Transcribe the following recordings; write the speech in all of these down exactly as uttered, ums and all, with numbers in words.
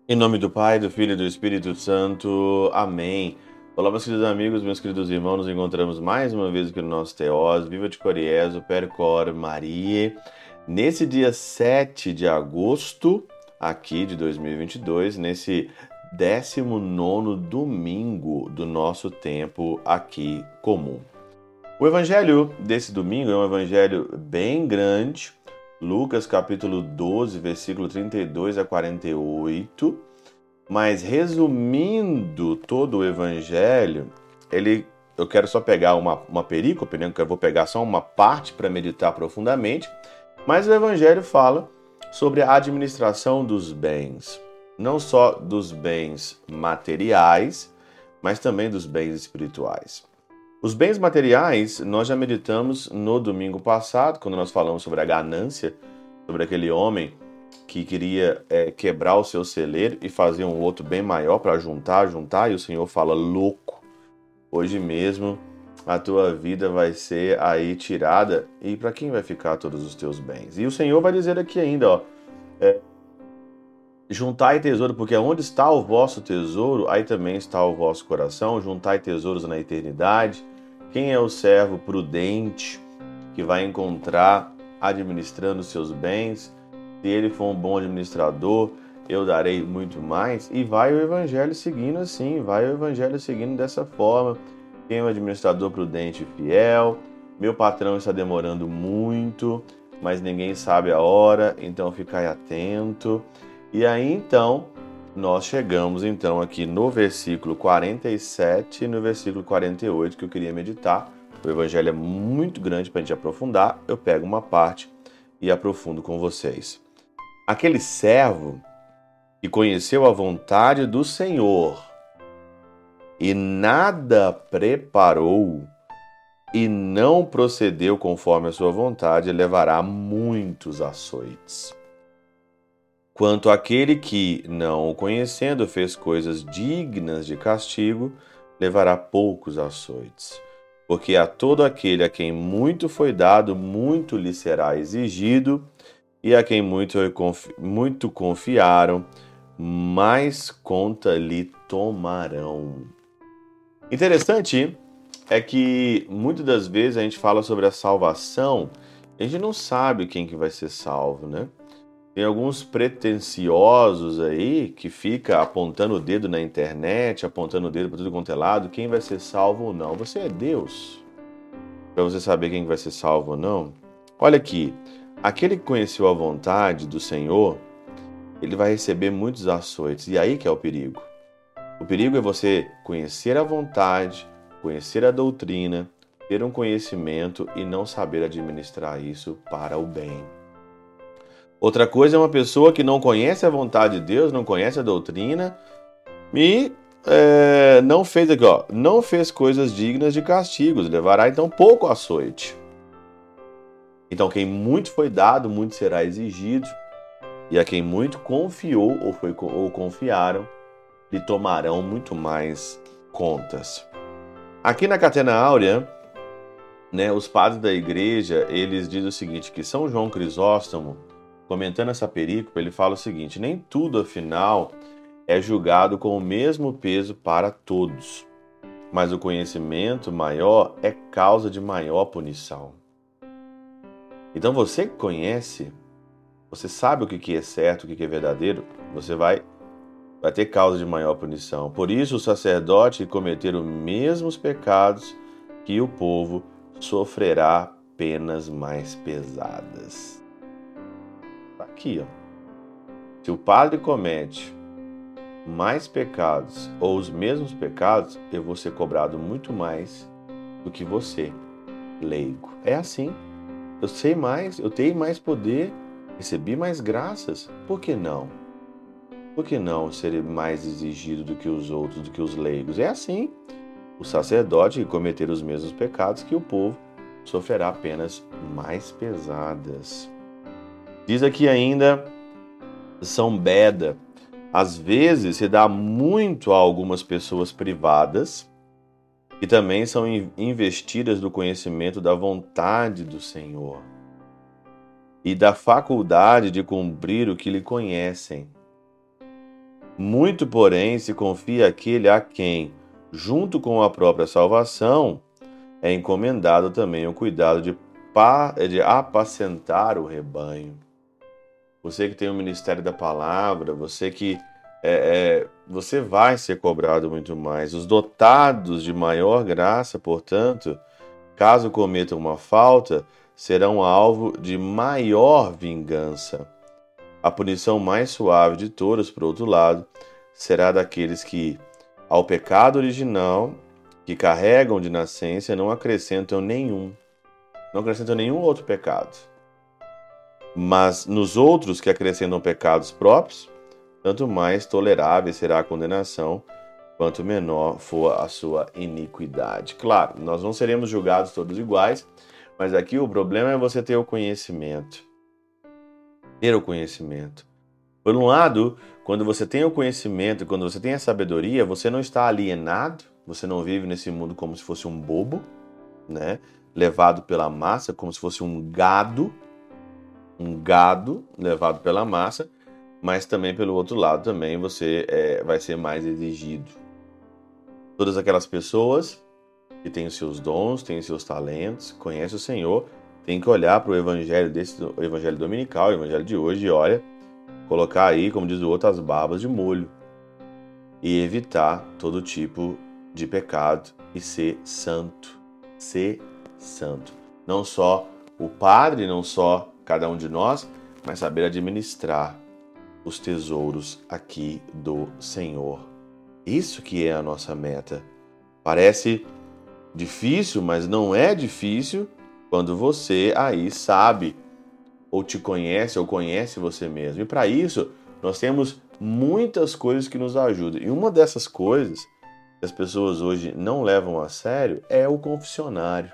Em nome do Pai, do Filho e do Espírito Santo. Amém. Olá, meus queridos amigos, meus queridos irmãos, nos encontramos mais uma vez aqui no nosso Teós, Viva de Coriezo, Percor Maria, nesse dia sete de agosto, aqui de dois mil e vinte e dois, nesse décimo nono domingo do nosso tempo aqui comum. O evangelho desse domingo é um evangelho bem grande, Lucas capítulo doze, versículo trinta e dois a quarenta e oito, mas resumindo todo o evangelho, ele, eu quero só pegar uma, uma perícope, né? Eu vou pegar só uma parte para meditar profundamente, mas o evangelho fala sobre a administração dos bens, não só dos bens materiais, mas também dos bens espirituais. Os bens materiais, nós já meditamos no domingo passado, quando nós falamos sobre a ganância, sobre aquele homem que queria é, quebrar o seu celeiro e fazer um outro bem maior para juntar, juntar, e o Senhor fala, louco, hoje mesmo a tua vida vai ser aí tirada, e para quem vai ficar todos os teus bens? E o Senhor vai dizer aqui ainda, ó, é, juntai tesouro, porque onde está o vosso tesouro, aí também está o vosso coração. Juntai tesouros na eternidade. Quem é o servo prudente que vai encontrar administrando seus bens? Se ele for um bom administrador, eu darei muito mais. E vai o evangelho seguindo assim, vai o evangelho seguindo dessa forma. Quem é o administrador prudente e fiel? Meu patrão está demorando muito, mas ninguém sabe a hora, então ficai atento. E aí, então, nós chegamos então aqui no versículo quarenta e sete e no versículo quarenta e oito que eu queria meditar. O evangelho é muito grande para a gente aprofundar, eu pego uma parte e aprofundo com vocês. Aquele servo que conheceu a vontade do Senhor e nada preparou e não procedeu conforme a sua vontade, levará muitos açoites. Quanto àquele que, não o conhecendo, fez coisas dignas de castigo, levará poucos açoites. Porque a todo aquele a quem muito foi dado, muito lhe será exigido, e a quem muito, muito confiaram, mais conta lhe tomarão. Interessante é que muitas das vezes a gente fala sobre a salvação, a gente não sabe quem que vai ser salvo, né? Tem alguns pretensiosos aí que fica apontando o dedo na internet, apontando o dedo para tudo quanto é lado, quem vai ser salvo ou não. Você é Deus para você saber quem vai ser salvo ou não. Olha aqui, aquele que conheceu a vontade do Senhor, ele vai receber muitos açoites. E aí que é o perigo. O perigo é você conhecer a vontade, conhecer a doutrina, ter um conhecimento e não saber administrar isso para o bem. Outra coisa é uma pessoa que não conhece a vontade de Deus, não conhece a doutrina e é, não fez aqui, ó, não fez coisas dignas de castigos, levará então pouco açoite. Então quem muito foi dado, muito será exigido, e a quem muito confiou ou, foi, ou confiaram, lhe tomarão muito mais contas. Aqui na Catena Áurea, né, os padres da igreja, eles dizem o seguinte, que São João Crisóstomo, comentando essa perícope, ele fala o seguinte, nem tudo, afinal, é julgado com o mesmo peso para todos, mas o conhecimento maior é causa de maior punição. Então você que conhece, você sabe o que é certo, o que é verdadeiro, você vai, vai ter causa de maior punição. Por isso o sacerdote que cometer os mesmos pecados que o povo sofrerá penas mais pesadas. Aqui, ó. Se o padre comete mais pecados ou os mesmos pecados, eu vou ser cobrado muito mais do que você, leigo. É assim. Eu sei mais, eu tenho mais poder, recebi mais graças. Por que não? Por que não ser mais exigido do que os outros, do que os leigos? É assim. O sacerdote que cometer os mesmos pecados que o povo sofrerá penas mais pesadas. Diz aqui ainda São Beda, às vezes se dá muito a algumas pessoas privadas que também são investidas do conhecimento da vontade do Senhor e da faculdade de cumprir o que lhe conhecem. Muito, porém, se confia aquele a quem, junto com a própria salvação, é encomendado também o cuidado de, pa, de apacentar o rebanho. Você que tem o ministério da palavra, você que é, é, você vai ser cobrado muito mais. Os dotados de maior graça, portanto, caso cometam uma falta, serão alvo de maior vingança. A punição mais suave de todos, por outro lado, será daqueles que, ao pecado original, que carregam de nascença, não acrescentam nenhum, não acrescentam nenhum outro pecado. Mas nos outros que acrescentam pecados próprios, tanto mais tolerável será a condenação, quanto menor for a sua iniquidade. Claro, nós não seremos julgados todos iguais, mas aqui o problema é você ter o conhecimento. Ter o conhecimento. Por um lado, quando você tem o conhecimento, quando você tem a sabedoria, você não está alienado, você não vive nesse mundo como se fosse um bobo, né? Levado pela massa, como se fosse um gado, um gado levado pela massa, mas também pelo outro lado também você é, vai ser mais exigido. Todas aquelas pessoas que têm os seus dons, têm os seus talentos, conhecem o Senhor, tem que olhar para o evangelho desse, o evangelho dominical, o evangelho de hoje, e olha, colocar aí, como diz o outro, as barbas de molho e evitar todo tipo de pecado e ser santo, ser santo. Não só o padre, não só cada um de nós, mas saber administrar os tesouros aqui do Senhor. Isso que é a nossa meta. Parece difícil, mas não é difícil quando você aí sabe, ou te conhece, ou conhece você mesmo. E para isso, nós temos muitas coisas que nos ajudam. E uma dessas coisas que as pessoas hoje não levam a sério é o confessionário.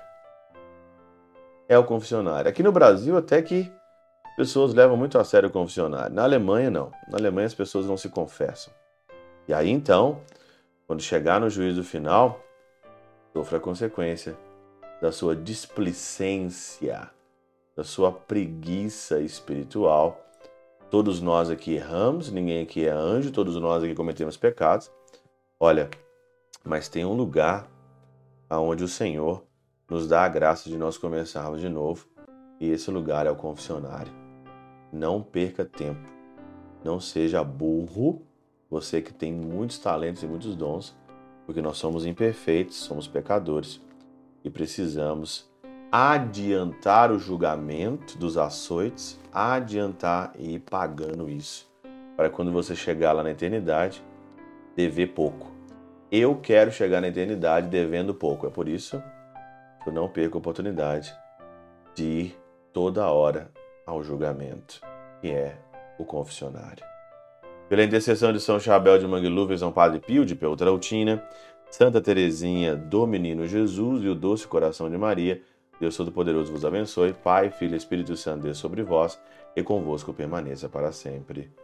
É o confessionário. Aqui no Brasil, até que as pessoas levam muito a sério o confessionário. Na Alemanha, não. Na Alemanha, as pessoas não se confessam. E aí, então, quando chegar no juízo final, sofra a consequência da sua displicência, da sua preguiça espiritual. Todos nós aqui erramos, ninguém aqui é anjo, todos nós aqui cometemos pecados. Olha, mas tem um lugar onde o Senhor nos dá a graça de nós começarmos de novo, e esse lugar é o confessionário. Não perca tempo, não seja burro, você que tem muitos talentos e muitos dons, porque nós somos imperfeitos, somos pecadores e precisamos adiantar o julgamento dos açoites, adiantar e ir pagando isso, para quando você chegar lá na eternidade, dever pouco. Eu quero chegar na eternidade devendo pouco, é por isso que eu não perco a oportunidade de ir toda hora ao julgamento, que é o confessionário. Pela intercessão de São Chabel de Mangluf, São Padre Pio de Peltrautina, Santa Teresinha do Menino Jesus e o Doce Coração de Maria, Deus Todo-Poderoso vos abençoe, Pai, Filho e Espírito Santo, Deus sobre vós e convosco permaneça para sempre.